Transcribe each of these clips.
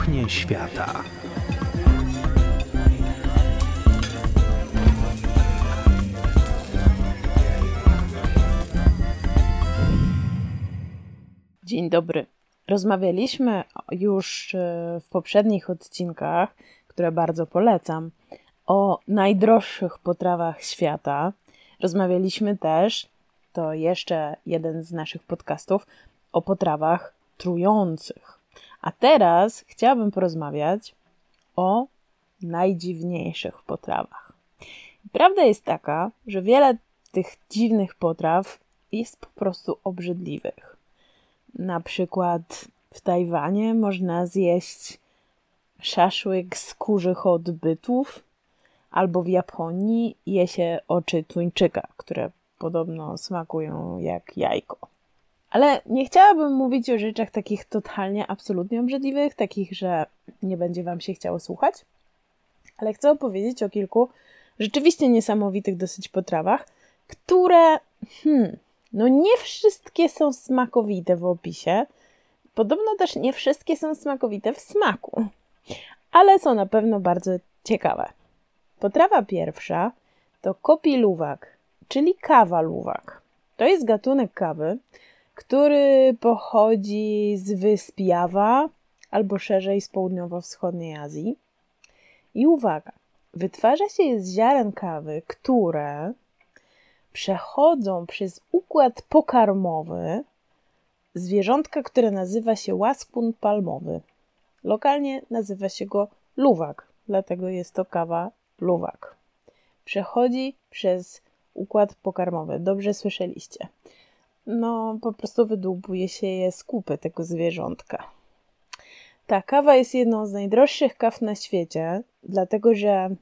Kuchnię świata. Dzień dobry. Rozmawialiśmy już w poprzednich odcinkach, które bardzo polecam, o najdroższych potrawach świata. Rozmawialiśmy też, to jeszcze jeden z naszych podcastów, o potrawach trujących. A teraz chciałabym porozmawiać o najdziwniejszych potrawach. Prawda jest taka, że wiele tych dziwnych potraw jest po prostu obrzydliwych. Na przykład w Tajwanie można zjeść szaszłyk z kurzych odbytów, albo w Japonii je się oczy tuńczyka, które podobno smakują jak jajko. Ale nie chciałabym mówić o rzeczach takich totalnie, absolutnie obrzydliwych, takich, że nie będzie wam się chciało słuchać, ale chcę opowiedzieć o kilku rzeczywiście niesamowitych dosyć potrawach, które, nie wszystkie są smakowite w opisie. Podobno też nie wszystkie są smakowite w smaku, ale są na pewno bardzo ciekawe. Potrawa pierwsza to kopi luwak, czyli kawa luwak. To jest gatunek kawy, który pochodzi z wysp Jawa albo szerzej z południowo-wschodniej Azji. I uwaga, wytwarza się je z ziaren kawy, które przechodzą przez układ pokarmowy zwierzątka, które nazywa się łaskun palmowy. Lokalnie nazywa się go luwak, dlatego jest to kawa luwak. Przechodzi przez układ pokarmowy. Dobrze słyszeliście. Po prostu wydłubuje się je z kupy tego zwierzątka. Ta kawa jest jedną z najdroższych kaw na świecie, dlatego że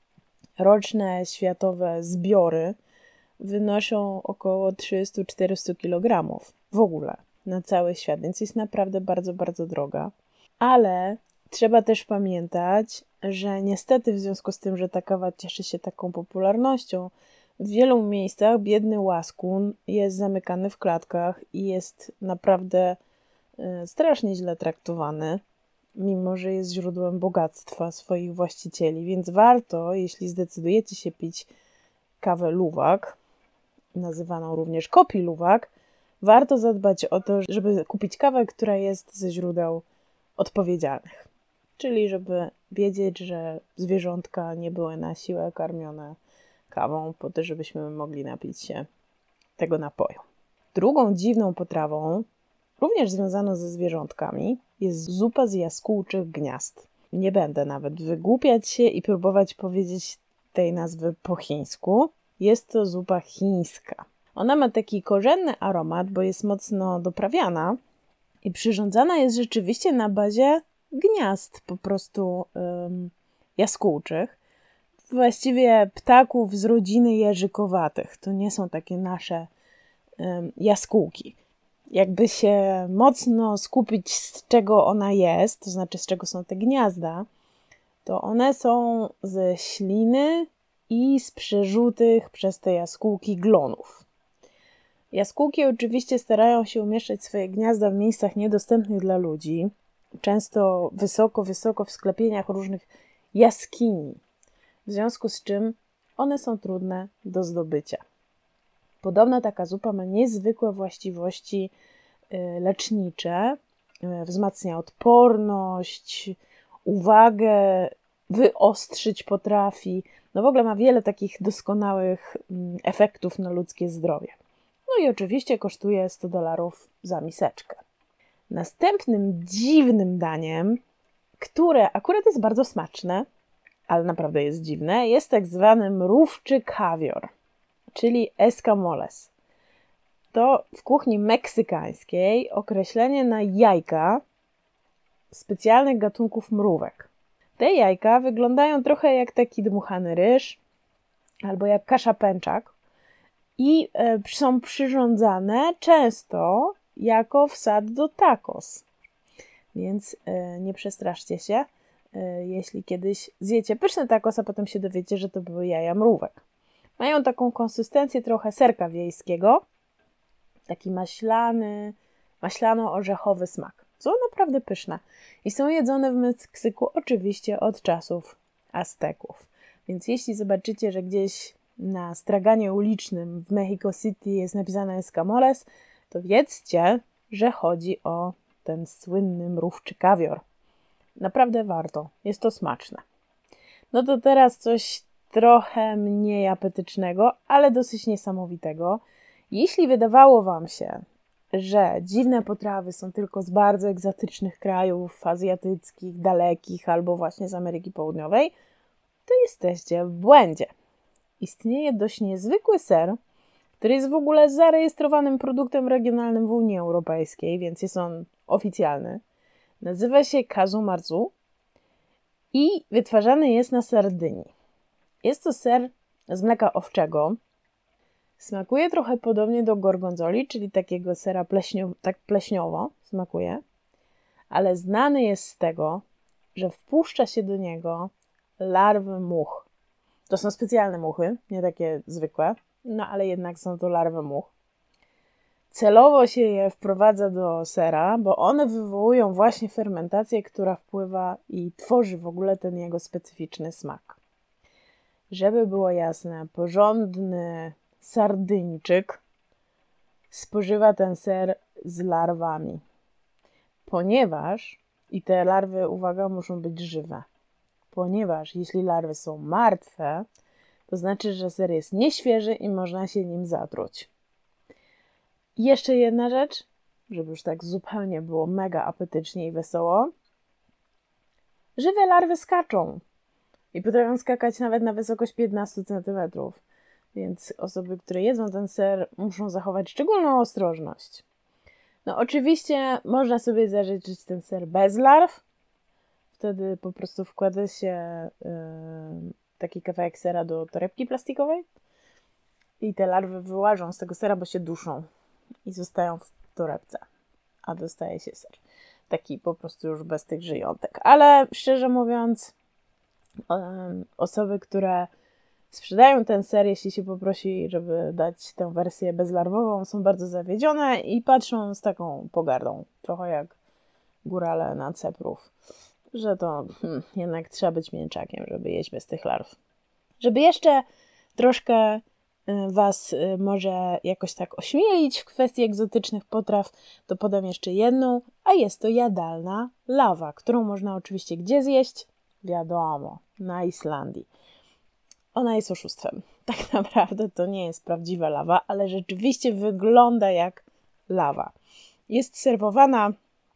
roczne światowe zbiory wynoszą około 300-400 kg w ogóle na cały świat, więc jest naprawdę bardzo, bardzo droga. Ale trzeba też pamiętać, że niestety w związku z tym, że ta kawa cieszy się taką popularnością, w wielu miejscach biedny łaskun jest zamykany w klatkach i jest naprawdę strasznie źle traktowany, mimo że jest źródłem bogactwa swoich właścicieli. Więc warto, jeśli zdecydujecie się pić kawę luwak, nazywaną również kopi luwak, warto zadbać o to, żeby kupić kawę, która jest ze źródeł odpowiedzialnych. Czyli żeby wiedzieć, że zwierzątka nie były na siłę karmione kawą po to, żebyśmy mogli napić się tego napoju. Drugą dziwną potrawą, również związaną ze zwierzątkami, jest zupa z jaskółczych gniazd. Nie będę nawet wygłupiać się i próbować powiedzieć tej nazwy po chińsku. Jest to zupa chińska. Ona ma taki korzenny aromat, bo jest mocno doprawiana i przyrządzana jest rzeczywiście na bazie gniazd po prostu jaskółczych. Właściwie ptaków z rodziny jeżykowatych. To nie są takie nasze jaskółki. Jakby się mocno skupić, z czego ona jest, to znaczy z czego są te gniazda, to one są ze śliny i z przerzutych przez te jaskółki glonów. Jaskółki oczywiście starają się umieszczać swoje gniazda w miejscach niedostępnych dla ludzi, często wysoko, wysoko w sklepieniach różnych jaskini, w związku z czym one są trudne do zdobycia. Podobno taka zupa ma niezwykłe właściwości lecznicze, wzmacnia odporność, uwagę, wyostrzyć potrafi. W ogóle ma wiele takich doskonałych efektów na ludzkie zdrowie. I oczywiście kosztuje $100 za miseczkę. Następnym dziwnym daniem, które akurat jest bardzo smaczne, ale naprawdę jest dziwne, jest tak zwany mrówczy kawior, czyli escamoles. To w kuchni meksykańskiej określenie na jajka specjalnych gatunków mrówek. Te jajka wyglądają trochę jak taki dmuchany ryż albo jak kasza pęczak i są przyrządzane często jako wsad do tacos. Więc nie przestraszcie się, jeśli kiedyś zjecie pyszny tacos, a potem się dowiecie, że to były jaja mrówek. Mają taką konsystencję trochę serka wiejskiego, taki maślano-orzechowy smak. Są naprawdę pyszne i są jedzone w Meksyku oczywiście od czasów Azteków. Więc jeśli zobaczycie, że gdzieś na straganie ulicznym w Mexico City jest napisane escamoles, to wiedzcie, że chodzi o ten słynny mrówczy kawior. Naprawdę warto, jest to smaczne. No to teraz coś trochę mniej apetycznego, ale dosyć niesamowitego. Jeśli wydawało Wam się, że dziwne potrawy są tylko z bardzo egzotycznych krajów azjatyckich, dalekich albo właśnie z Ameryki Południowej, to jesteście w błędzie. Istnieje dość niezwykły ser, który jest w ogóle zarejestrowanym produktem regionalnym w Unii Europejskiej, więc jest on oficjalny. Nazywa się casu marzu i wytwarzany jest na Sardynii. Jest to ser z mleka owczego. Smakuje trochę podobnie do gorgonzoli, czyli takiego sera tak pleśniowo smakuje, ale znany jest z tego, że wpuszcza się do niego larwy much. To są specjalne muchy, nie takie zwykłe, no ale jednak są to larwy much. Celowo się je wprowadza do sera, bo one wywołują właśnie fermentację, która wpływa i tworzy w ogóle ten jego specyficzny smak. Żeby było jasne, porządny Sardyńczyk spożywa ten ser z larwami, ponieważ, i te larwy, uwaga, muszą być żywe, ponieważ jeśli larwy są martwe, to znaczy, że ser jest nieświeży i można się nim zatruć. I jeszcze jedna rzecz, żeby już tak zupełnie było mega apetycznie i wesoło. Żywe larwy skaczą i potrafią skakać nawet na wysokość 15 cm. Więc osoby, które jedzą ten ser, muszą zachować szczególną ostrożność. No oczywiście można sobie zażyczyć ten ser bez larw. Wtedy po prostu wkłada się taki kawałek sera do torebki plastikowej i te larwy wyłażą z tego sera, bo się duszą i zostają w torebce, a dostaje się ser. Taki po prostu już bez tych żyjątek. Ale szczerze mówiąc, osoby, które sprzedają ten ser, jeśli się poprosi, żeby dać tę wersję bezlarwową, są bardzo zawiedzione i patrzą z taką pogardą, trochę jak górale na Ceprów, że to jednak trzeba być mięczakiem, żeby jeść bez tych larw. Żeby jeszcze troszkę Was może jakoś tak ośmielić w kwestii egzotycznych potraw, to podam jeszcze jedną, a jest to jadalna lawa, którą można oczywiście gdzie zjeść? Wiadomo, na Islandii. Ona jest oszustwem. Tak naprawdę to nie jest prawdziwa lawa, ale rzeczywiście wygląda jak lawa. Jest serwowana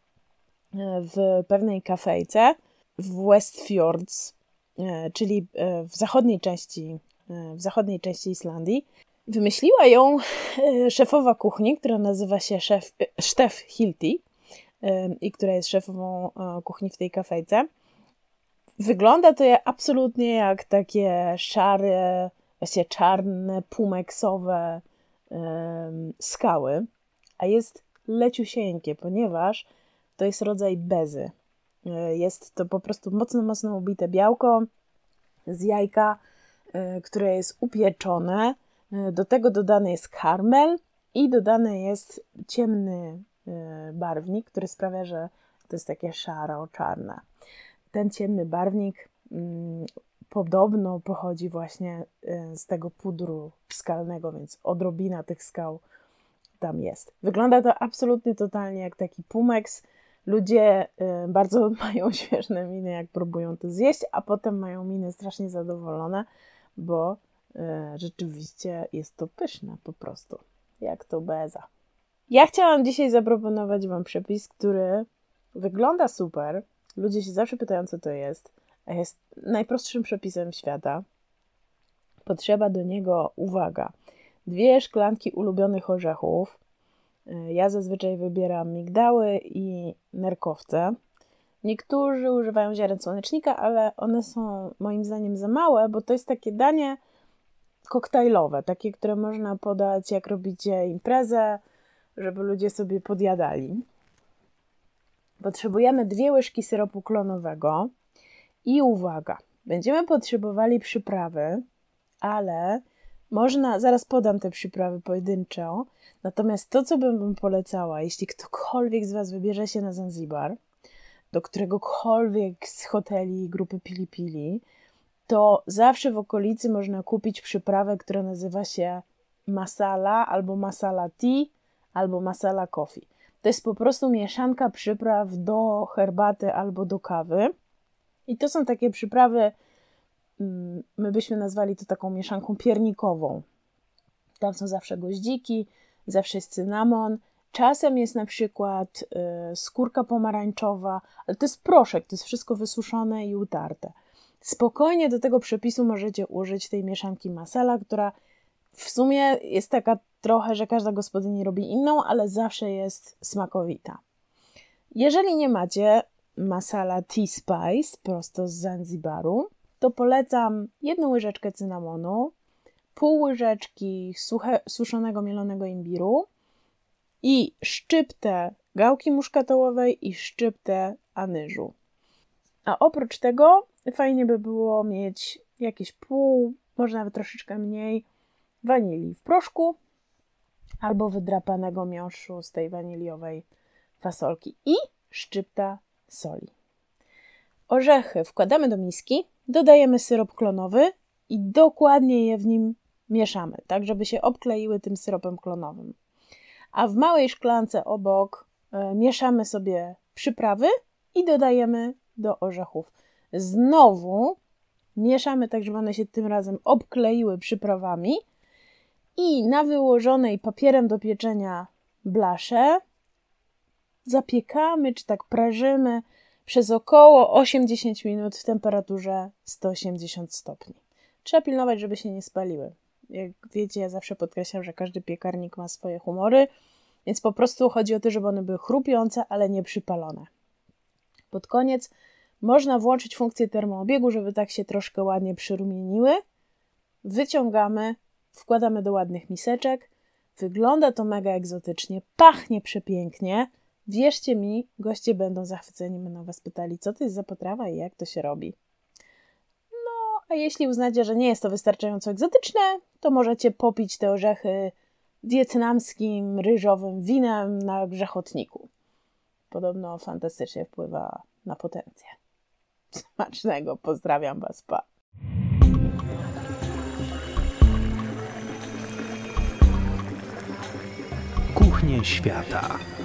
w pewnej kafejce w Westfjords, czyli w zachodniej części Islandii. Wymyśliła ją szefowa kuchni, która nazywa się Steph Hilti i która jest szefową kuchni w tej kafejce. Wygląda to absolutnie jak takie szare, właśnie czarne, pumeksowe skały, a jest leciusieńkie, ponieważ to jest rodzaj bezy. Jest to po prostu mocno ubite białko z jajka, które jest upieczone. Do tego dodany jest karmel i dodany jest ciemny barwnik, który sprawia, że to jest takie szaro-czarne. Ten ciemny barwnik podobno pochodzi właśnie z tego pudru skalnego, więc odrobina tych skał tam jest. Wygląda to absolutnie totalnie jak taki pumeks. Ludzie bardzo mają śmieszne miny, jak próbują to zjeść, a potem mają miny strasznie zadowolone, bo rzeczywiście jest to pyszne po prostu, jak to beza. Ja chciałam dzisiaj zaproponować Wam przepis, który wygląda super. Ludzie się zawsze pytają, co to jest, a jest najprostszym przepisem świata. Potrzeba do niego, uwaga, 2 szklanki ulubionych orzechów. Ja zazwyczaj wybieram migdały i nerkowce. Niektórzy używają ziaren słonecznika, ale one są moim zdaniem za małe, bo to jest takie danie koktajlowe, takie, które można podać, jak robicie imprezę, żeby ludzie sobie podjadali. Potrzebujemy 2 łyżki syropu klonowego i uwaga, będziemy potrzebowali przyprawy, ale zaraz podam te przyprawy pojedynczo, natomiast to, co bym polecała, jeśli ktokolwiek z Was wybierze się na Zanzibar, do któregokolwiek z hoteli grupy Pili Pili, to zawsze w okolicy można kupić przyprawę, która nazywa się masala, albo masala tea, albo masala coffee. To jest po prostu mieszanka przypraw do herbaty albo do kawy. I to są takie przyprawy, my byśmy nazwali to taką mieszanką piernikową. Tam są zawsze goździki, zawsze jest cynamon, czasem jest na przykład skórka pomarańczowa, ale to jest proszek, to jest wszystko wysuszone i utarte. Spokojnie do tego przepisu możecie użyć tej mieszanki masala, która w sumie jest taka trochę, że każda gospodyni robi inną, ale zawsze jest smakowita. Jeżeli nie macie masala tea spice prosto z Zanzibaru, to polecam 1 łyżeczkę cynamonu, pół łyżeczki suszonego mielonego imbiru i szczyptę gałki muszkatołowej i szczyptę anyżu. A oprócz tego fajnie by było mieć jakieś pół, może nawet troszeczkę mniej wanilii w proszku albo wydrapanego miąższu z tej waniliowej fasolki i szczypta soli. Orzechy wkładamy do miski, dodajemy syrop klonowy i dokładnie je w nim mieszamy, tak żeby się obkleiły tym syropem klonowym. A w małej szklance obok mieszamy sobie przyprawy i dodajemy do orzechów. Znowu mieszamy tak, żeby one się tym razem obkleiły przyprawami i na wyłożonej papierem do pieczenia blasze zapiekamy, czy tak prażymy przez około 8-10 minut w temperaturze 180 stopni. Trzeba pilnować, żeby się nie spaliły. Jak wiecie, ja zawsze podkreślam, że każdy piekarnik ma swoje humory, więc po prostu chodzi o to, żeby one były chrupiące, ale nie przypalone. Pod koniec można włączyć funkcję termoobiegu, żeby tak się troszkę ładnie przyrumieniły. Wyciągamy, wkładamy do ładnych miseczek. Wygląda to mega egzotycznie, pachnie przepięknie. Wierzcie mi, goście będą zachwyceni, będą Was pytali, co to jest za potrawa i jak to się robi. No, a jeśli uznacie, że nie jest to wystarczająco egzotyczne, to możecie popić te orzechy wietnamskim, ryżowym winem na grzechotniku. Podobno fantastycznie wpływa na potencję. Smacznego, pozdrawiam Was, pa! Kuchnie świata.